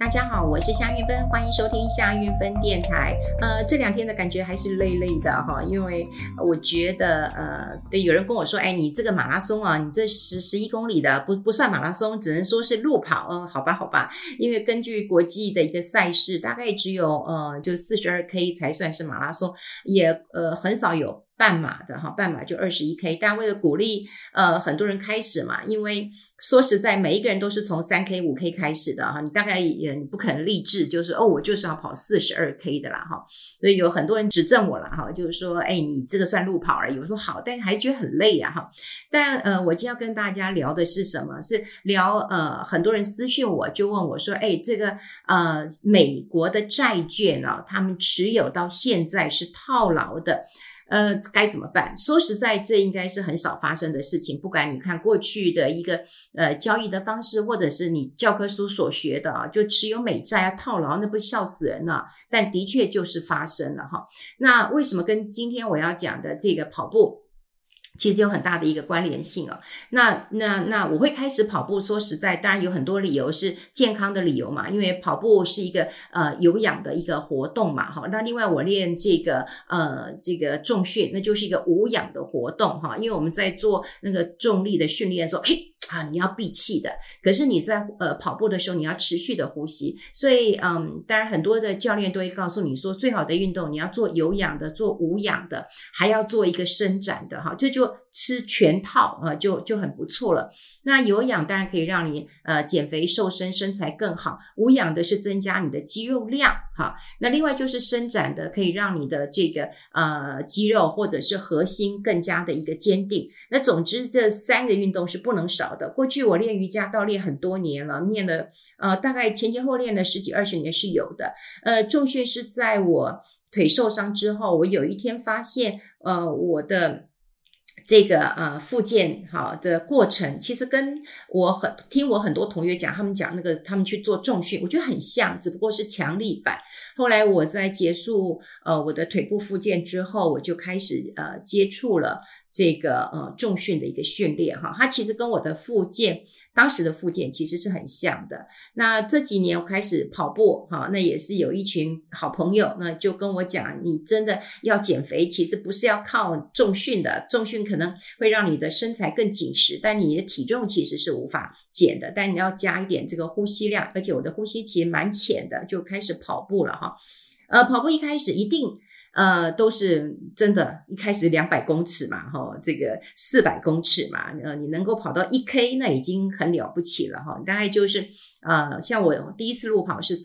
家好，我是夏运芬，欢迎收听夏运芬电台。这2天的感觉还是累累的哈，因为我觉得对，有人跟我说，哎，你这个马拉松啊，你这11公里的不算马拉松，只能说是路跑。好吧，因为根据国际的一个赛事，大概只有就 42K 才算是马拉松，也很少有半马的哈，半马就 21K， 但为了鼓励很多人开始嘛，因为说实在每一个人都是从 3K 5K 开始的哈，你大概你不可能立志就是我就是要跑 42K 的啦哈，所以有很多人指正我了哈，就是说你这个算路跑而已，我说好，但还是觉得很累啊哈。但我今天要跟大家聊的是什么？是聊很多人私讯我就问我说这个美国的债券啊，他们持有到现在是套牢的。该怎么办？说实在，这应该是很少发生的事情。不管你看过去的一个交易的方式，或者是你教科书所学的就持有美债啊套牢，那不是笑死人了？但的确就是发生了哈。那为什么跟今天我要讲的这个跑步其实有很大的一个关联性那我会开始跑步，说实在当然有很多理由是健康的理由嘛，因为跑步是一个有氧的一个活动嘛那另外我练这个重训，那就是一个无氧的活动因为我们在做那个重力的训练的时候你要闭气的，可是你在跑步的时候你要持续的呼吸，所以当然很多的教练都会告诉你说，最好的运动你要做有氧的，做无氧的，还要做一个伸展的这就吃全套就很不错了。那有氧当然可以让你减肥瘦身，身材更好，无氧的是增加你的肌肉量那另外就是伸展的，可以让你的这个肌肉或者是核心更加的一个坚定。那总之这3个运动是不能少的。过去我练瑜伽到练很多年了，练了大概前后练了10几20年是有的。重训是在我腿受伤之后，我有一天发现我的这个复健的过程其实跟听我很多同学讲，他们讲那个他们去做重训，我觉得很像，只不过是强力版。后来我在结束我的腿部复健之后，我就开始接触了这个重训的一个训练它其实跟我的当时的复健其实是很像的。那这几年我开始跑步那也是有一群好朋友那就跟我讲，你真的要减肥其实不是要靠重训的，重训可能会让你的身材更紧实，但你的体重其实是无法减的，但你要加一点这个呼吸量，而且我的呼吸其实蛮浅的，就开始跑步了跑步一开始一定都是真的一开始200公尺嘛这个400公尺嘛你能够跑到 1K 那已经很了不起了大概就是像我第一次路跑是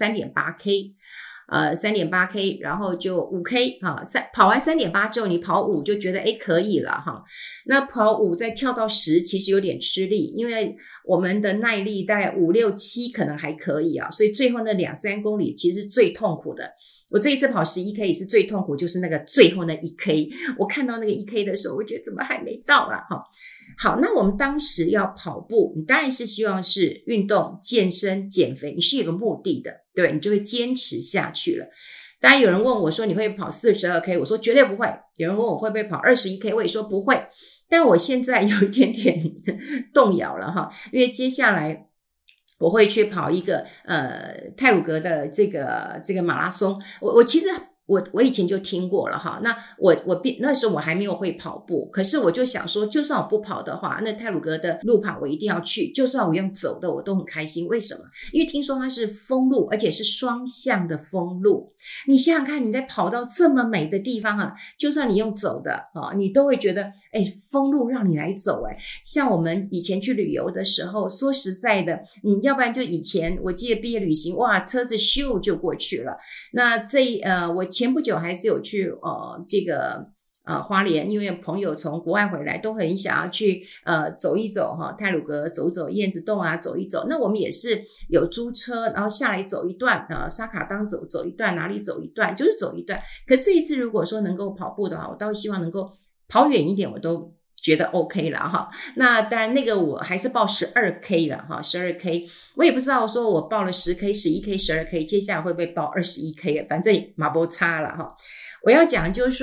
3.8K3.8K 然后就 5K 跑完 3.8 之后你跑5就觉得可以了那跑5再跳到10其实有点吃力，因为我们的耐力大概5、6、7可能还可以所以最后那2-3公里其实最痛苦的。我这一次跑 11K 也是最痛苦，就是那个最后那 1K， 我看到那个 1K 的时候我觉得怎么还没到好，那我们当时要跑步，你当然是希望是运动健身减肥，你是有个目的的，对，你就会坚持下去了。当然有人问我说你会跑 42K， 我说绝对不会。有人问我会不会跑 21K， 我也说不会。但我现在有一点点动摇了因为接下来我会去跑一个太鲁阁的这个马拉松。我其实我以前就听过了那我那时候我还没有会跑步，可是我就想说就算我不跑的话，那太鲁阁的路跑我一定要去，就算我用走的我都很开心。为什么？因为听说它是封路，而且是双向的封路。你想想看，你在跑到这么美的地方就算你用走的你都会觉得封路让你来走像我们以前去旅游的时候，说实在的，你要不然就以前我记得毕业旅行哇车子咻就过去了。那我前不久还是有去这个花莲，因为朋友从国外回来都很想要去走一走太鲁阁走一走，燕子洞走一走。那我们也是有租车，然后下来走一段沙卡当走一段，哪里走一段就是走一段。可这一次如果说能够跑步的话，我倒希望能够跑远一点，我都觉得 OK 了那当然那个我还是报 12K 了12K 我也不知道说我报了 10K 11K 12K 接下来会不会报 21K 反正马不差了我要讲就是说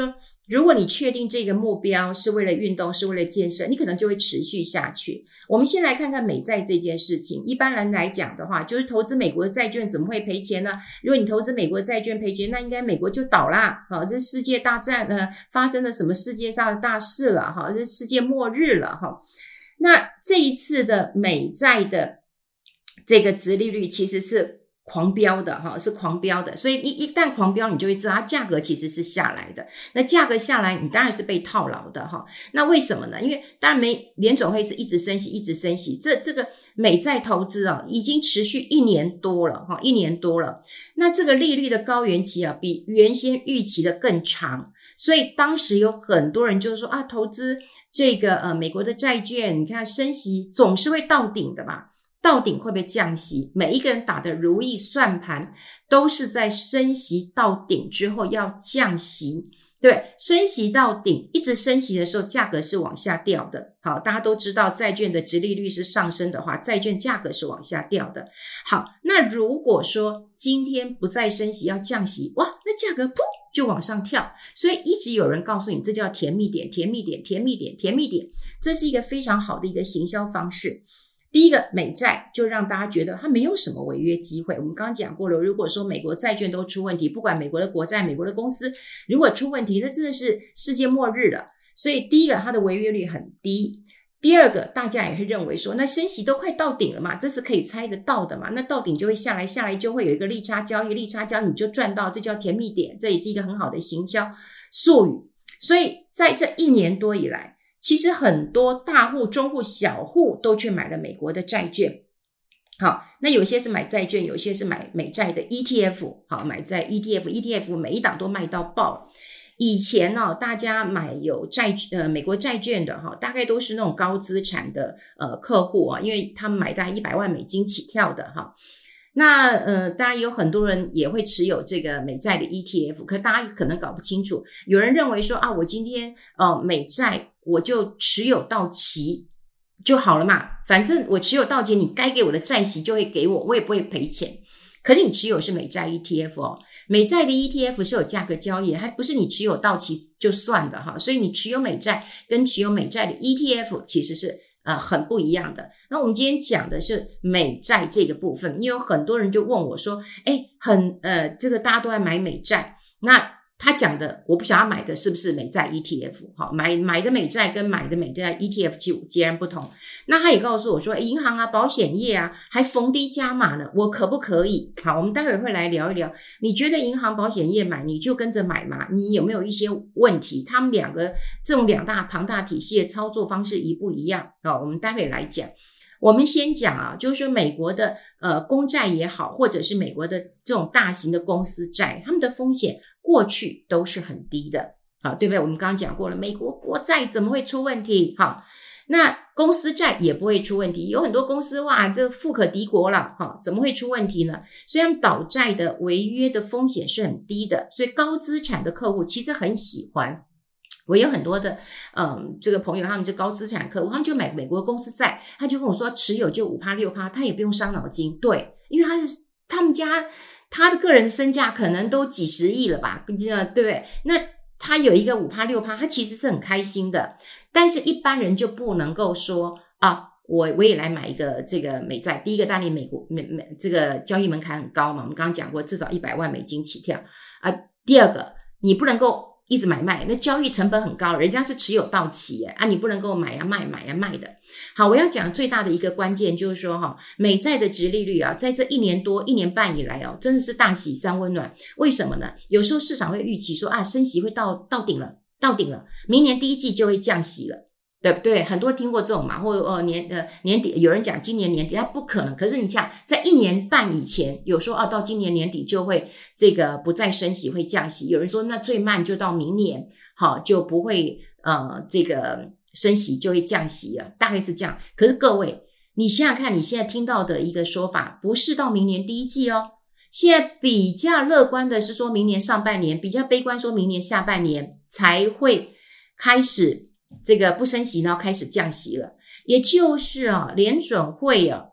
如果你确定这个目标是为了运动，是为了建设，你可能就会持续下去。我们先来看看美债这件事情。一般人来讲的话，就是投资美国的债券怎么会赔钱呢？如果你投资美国的债券赔钱，那应该美国就倒啦。这世界大战发生了什么世界上的大事了？这世界末日了。那这一次的美债的这个殖利率其实是狂飙的是狂飙的，所以一旦狂飙，你就会知道它价格其实是下来的。那价格下来，你当然是被套牢的那为什么呢？因为当然联准会是一直升息，一直升息。这个美债投资已经持续1年多了1年多了。那这个利率的高原期比原先预期的更长，所以当时有很多人就说投资这个美国的债券，你看升息总是会到顶的嘛。到顶会不会降息？每一个人打的如意算盘都是在升息到顶之后要降息，对，升息到顶，一直升息的时候价格是往下掉的。好，大家都知道债券的殖利率是上升的话，债券价格是往下掉的。好，那如果说今天不再升息要降息，哇，那价格噗就往上跳。所以一直有人告诉你这叫甜蜜点，甜蜜点，甜蜜点，甜蜜点，这是一个非常好的一个行销方式。第一个，美债就让大家觉得它没有什么违约机会。我们刚刚讲过了，如果说美国债券都出问题，不管美国的国债、美国的公司如果出问题，那真的是世界末日了。所以第一个，它的违约率很低。第二个，大家也会认为说，那升息都快到顶了嘛，这是可以猜得到的嘛，那到顶就会下来，下来就会有一个利差交易，利差交易你就赚到，这叫甜蜜点，这也是一个很好的行销术语。所以在这1年多以来，其实很多大户、中户、小户都去买了美国的债券。好，那有些是买债券，有些是买美债的 ETF。好，买在 ETF 每一档都卖到爆。以前大家买有美国债券的大概都是那种高资产的客户因为他们买大概100万美金起跳的那当然有很多人也会持有这个美债的 ETF， 可大家可能搞不清楚。有人认为说我今天美债我就持有到期就好了嘛，反正我持有到期，你该给我的债息就会给我，我也不会赔钱。可是你持有是美债 ETF 美债的 ETF 是有价格交易，它不是你持有到期就算的所以你持有美债跟持有美债的 ETF 其实是很不一样的。那我们今天讲的是美债这个部分，因为有很多人就问我说这个大家都在买美债，那他讲的我不晓得他买的是不是美债 ETF 买的美债跟买的美债 ETF 截然不同。那他也告诉我说银行保险业还逢低加码呢，我可不可以？好，我们待会会来聊一聊，你觉得银行保险业买你就跟着买吗？你有没有一些问题？他们这种两大庞大体系的操作方式一不一样我们待会来讲。我们先讲就是说美国的公债也好，或者是美国的这种大型的公司债，他们的风险过去都是很低的对不对？我们刚刚讲过了，美国国债怎么会出问题？那公司债也不会出问题，有很多公司这富可敌国了怎么会出问题呢？所以他们倒债的违约的风险是很低的，所以高资产的客户其实很喜欢。我有很多的这个朋友，他们是高资产客户，他们就买美国公司债，他就跟我说持有就 5%、6%， 他也不用伤脑筋。对，因为他们家他的个人身价可能都几十亿了吧，对不对？那他有一个 5%、6%， 他其实是很开心的。但是一般人就不能够说我也来买一个这个美债。第一个，当然美国这个交易门槛很高嘛，我们刚刚讲过，至少100万美金起跳第二个，你不能够一直买卖，那交易成本很高，人家是持有到期你不能够买卖买卖的。好，我要讲最大的一个关键就是说美债的殖利率在这1年多1年半以来真的是大喜三温暖。为什么呢？有时候市场会预期说升息会到顶了，明年第一季就会降息了，对不对？很多人听过这种嘛，或年底有人讲今年年底，它不可能。可是你想在1年半以前有说到今年年底就会这个不再升息会降息，有人说那最慢就到明年就不会这个升息就会降息了，大概是这样。可是各位你想想看，你现在听到的一个说法不是到明年第一季现在比较乐观的是说明年上半年，比较悲观说明年下半年才会开始这个不升息，然后开始降息了。也就是联准会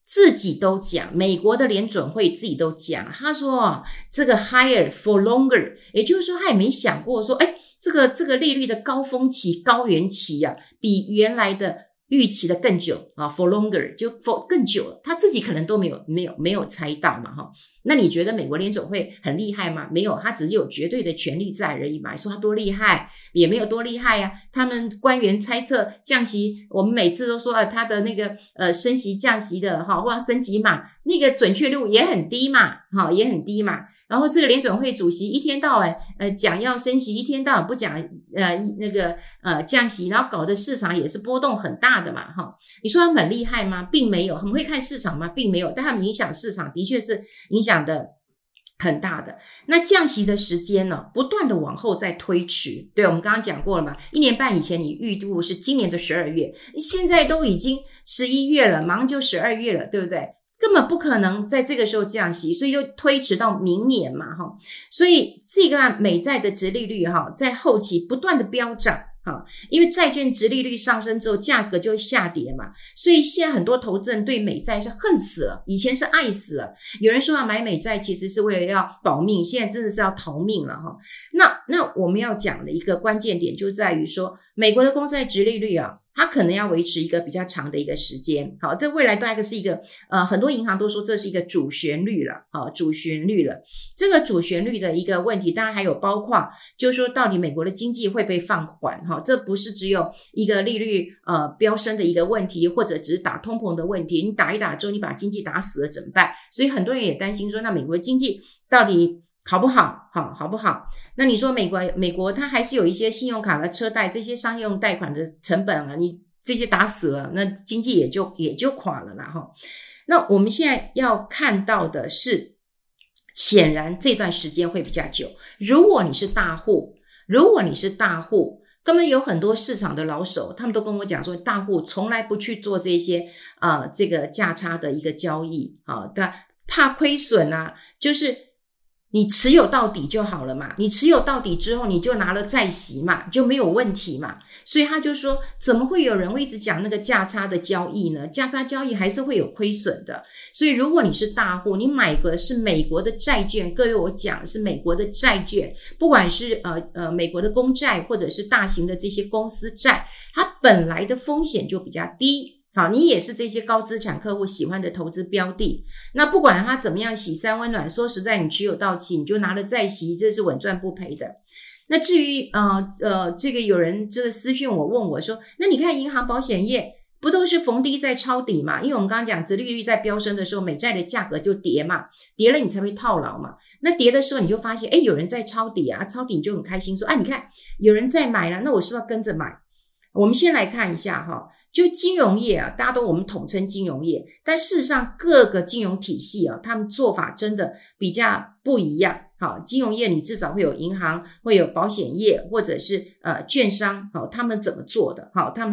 自己都讲，美国的联准会自己都讲，他说这个 higher for longer， 也就是说他也没想过说这个利率的高峰期高原期啊，比原来的预期的更久啊 ，for longer 就 for 更久了，他自己可能都没有猜到嘛哈。那你觉得美国联准会很厉害吗？没有，他只是有绝对的权力在而已嘛。说他多厉害，也没有多厉害呀。他们官员猜测降息，我们每次都说他的那个升息降息的哈，或者升级嘛，那个准确率也很低嘛，哈，也很低嘛。然后这个联准会主席一天到晚讲要升息，一天到晚不讲降息，然后搞得市场也是波动很大的嘛哈。你说他们很厉害吗？并没有。很会看市场吗？并没有。但他们影响市场的确是影响的很大的。那降息的时间呢，不断的往后再推迟。对，我们刚刚讲过了嘛，1年半以前你预估是今年的12月，现在都已经11月了，马上就12月了，对不对？根本不可能在这个时候降息，所以就推迟到明年嘛哈。所以这个美债的殖利率哈，在后期不断的飙涨。因为债券殖利率上升之后价格就会下跌嘛，所以现在很多投资人对美债是恨死了，以前是爱死了。有人说买美债其实是为了要保命，现在真的是要逃命了哈。那我们要讲的一个关键点就在于说，美国的公债殖利率啊，它可能要维持一个比较长的一个时间。好，这未来大概是一个很多银行都说这是一个主旋律了，主旋律了。这个主旋律的一个问题，当然还有包括就是说到底美国的经济会被放缓哈，这不是只有一个利率飙升的一个问题，或者只是打通膨的问题。你打一打之后，你把经济打死了怎么办？所以很多人也担心说，那美国经济到底好不好？好不好？那你说美国它还是有一些信用卡的车贷这些商用贷款的成本啊，你这些打死了，那经济也就垮了啦哈。那我们现在要看到的是，显然这段时间会比较久。如果你是大户，根本有很多市场的老手，他们都跟我讲说，大户从来不去做这些这个价差的一个交易怕亏损啊，就是你持有到底就好了嘛，你持有到底之后你就拿了债息嘛，就没有问题嘛。所以他就说，怎么会有人会一直讲那个价差的交易呢？价差交易还是会有亏损的。所以如果你是大户，你买的是美国的债券，各位我讲是美国的债券，不管是美国的公债或者是大型的这些公司债，它本来的风险就比较低。好，你也是这些高资产客户喜欢的投资标的。那不管它怎么样洗三温暖，说实在，你持有到期，你就拿了债息，这是稳赚不赔的。那至于这个有人这个私讯我问我说，那你看银行保险业不都是逢低在抄底嘛？因为我们刚刚讲殖利率在飙升的时候，美债的价格就跌嘛，跌了你才会套牢嘛。那跌的时候你就发现有人在抄底啊，抄底你就很开心说你看有人在买了，那我是不是要跟着买？我们先来看一下哈，就金融业啊，大家都我们统称金融业，但事实上各个金融体系啊，他们做法真的比较不一样。好，金融业你至少会有银行，会有保险业，或者是券商，好，他们怎么做的？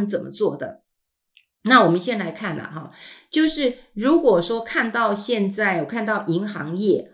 那我们先来看了哈，就是如果说看到现在我看到银行业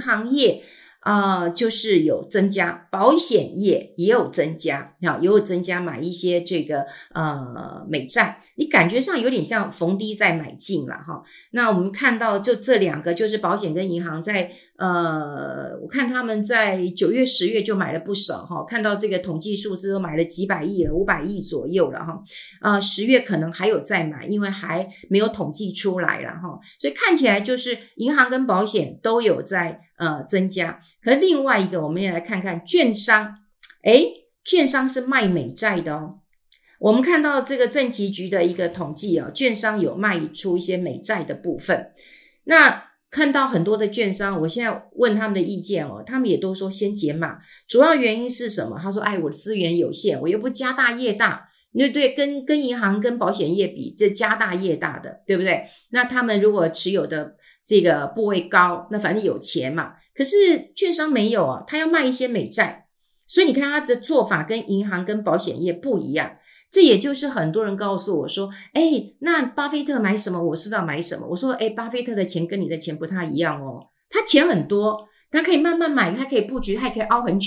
就是有增加，保险业也有增加，也有增加买一些这个美债，你感觉上有点像逢低在买进了哈。那我们看到就这两个，就是保险跟银行在我看他们在9月10月就买了不少哈，看到这个统计数字都买了几百亿了，500亿左右了哈。10月可能还有再买，因为还没有统计出来了哈。所以看起来就是银行跟保险都有在增加。可是另外一个我们也来看看券商，券商是卖美债的哦。我们看到这个政企局的一个统计券商有卖出一些美债的部分。那看到很多的券商，我现在问他们的意见他们也都说先减码。主要原因是什么？他说我的资源有限，我又不家大业大，对不对？跟银行跟保险业比，这家大业大的，对不对？那他们如果持有的这个部位高，那反正有钱嘛。可是券商没有他要卖一些美债，所以你看他的做法跟银行跟保险业不一样。这也就是很多人告诉我说，那巴菲特买什么，我是不是要买什么？我说，巴菲特的钱跟你的钱不太一样他钱很多，他可以慢慢买，他可以布局，他也可以凹很久。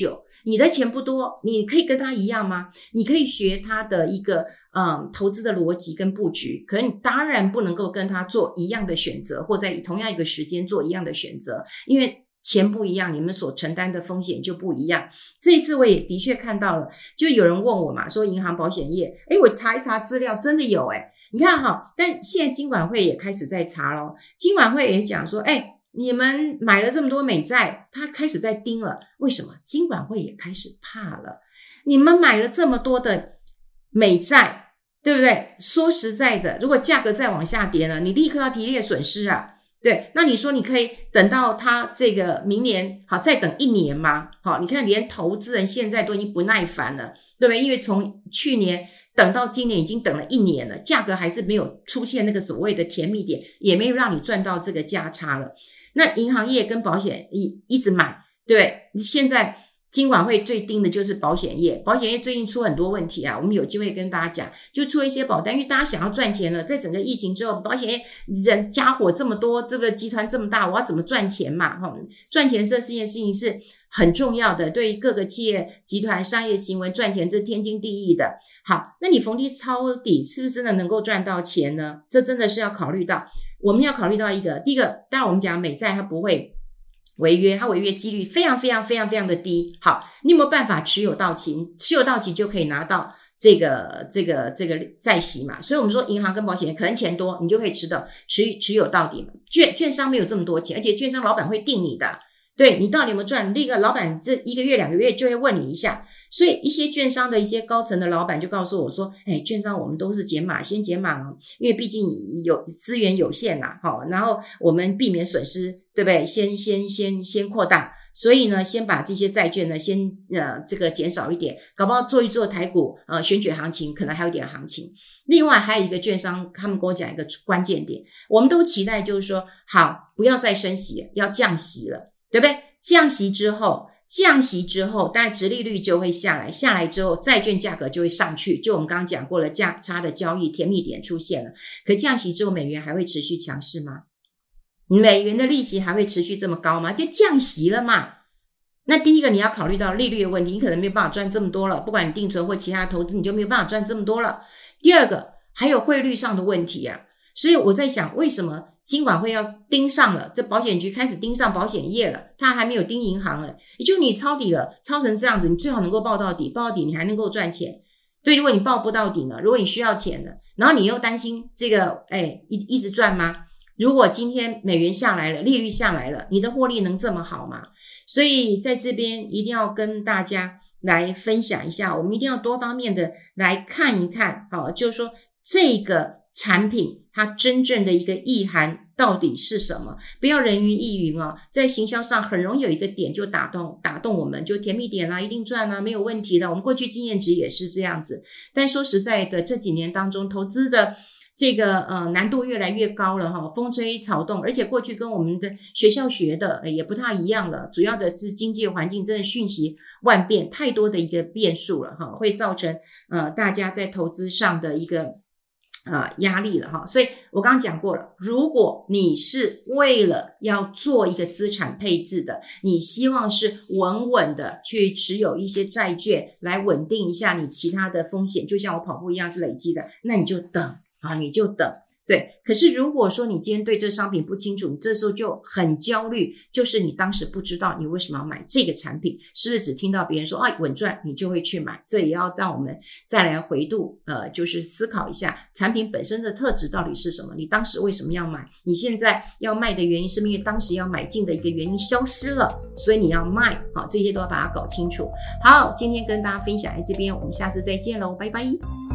你的钱不多，你可以跟他一样吗？你可以学他的一个投资的逻辑跟布局，可是你当然不能够跟他做一样的选择，或在同样一个时间做一样的选择，因为钱不一样，你们所承担的风险就不一样。这一次我也的确看到了，就有人问我嘛，说银行保险业，我查一查资料，真的有你看但现在金管会也开始在查咯，金管会也讲说你们买了这么多美债，他开始在盯了。为什么？金管会也开始怕了。你们买了这么多的美债，对不对？说实在的，如果价格再往下跌呢，你立刻要提列损失啊。对，那你说你可以等到他这个明年再等1年吗？你看连投资人现在都已经不耐烦了，对不对？因为从去年等到今年已经等了1年了，价格还是没有出现那个所谓的甜蜜点，也没有让你赚到这个价差了。那银行业跟保险一直买，对不对？你现在金管会最盯的就是保险业，保险业最近出很多问题啊，我们有机会跟大家讲，就出了一些保单，因为大家想要赚钱了，在整个疫情之后，保险业人家伙这么多，这个集团这么大，我要怎么赚钱嘛？赚钱这件事情是很重要的，对于各个企业集团商业行为赚钱这是天经地义的。好，那你逢低抄底是不是真的能够赚到钱呢？这真的是要考虑到，我们要考虑到第一个，当然我们讲美债它不会违约，它违约几率非常非常非常非常的低。好，你有没有办法持有到期？持有到期就可以拿到这个债息嘛。所以我们说银行跟保险业可能钱多，你就可以持有到底嘛。券商没有这么多钱，而且券商老板会定你的，对，你到底有没有赚？那个老板这1个月2个月就会问你一下。所以一些券商的一些高层的老板就告诉我说，券商我们都是先减码哦，因为毕竟有资源有限啦，然后我们避免损失，对不对？先扩大，所以呢，先把这些债券呢，先这个减少一点，搞不好做一做台股选举行情，可能还有点行情。另外还有一个券商，他们跟我讲一个关键点，我们都期待就是说，好，不要再升息了，要降息了，对不对？降息之后当然殖利率就会下来之后债券价格就会上去，就我们刚刚讲过了，价差的交易甜蜜点出现了。可降息之后美元还会持续强势吗？美元的利息还会持续这么高吗？就降息了嘛。那第一个你要考虑到利率的问题，你可能没有办法赚这么多了，不管你定存或其他投资你就没有办法赚这么多了。第二个还有汇率上的问题啊，所以我在想为什么金管会要盯上了，这保险局开始盯上保险业了，他还没有盯银行了。也就你抄底了，抄成这样子，你最好能够抱到底，抱到底你还能够赚钱。对，如果你抱不到底呢，如果你需要钱了，然后你又担心这个一直赚吗？如果今天美元下来了，利率下来了，你的获利能这么好吗？所以在这边一定要跟大家来分享一下，我们一定要多方面的来看一看，就是说这个产品它真正的一个意涵到底是什么，不要人云亦云在行销上很容易有一个点就打动我们，就甜蜜点一定赚没有问题的，我们过去经验值也是这样子。但说实在的，这几年当中投资的这个难度越来越高了风吹草动，而且过去跟我们的学校学的也不太一样了，主要的是经济环境真的瞬息万变，太多的一个变数了会造成大家在投资上的一个压力了所以我刚刚讲过了，如果你是为了要做一个资产配置的，你希望是稳稳的去持有一些债券来稳定一下你其他的风险，就像我跑步一样是累积的，那你就等对。可是如果说你今天对这商品不清楚，你这时候就很焦虑，就是你当时不知道你为什么要买这个产品，是不是只听到别人说稳赚你就会去买？这也要让我们再来回度就是思考一下产品本身的特质到底是什么，你当时为什么要买，你现在要卖的原因是因为当时要买进的一个原因消失了，所以你要卖这些都要把它搞清楚。好，今天跟大家分享在这边，我们下次再见咯，拜拜。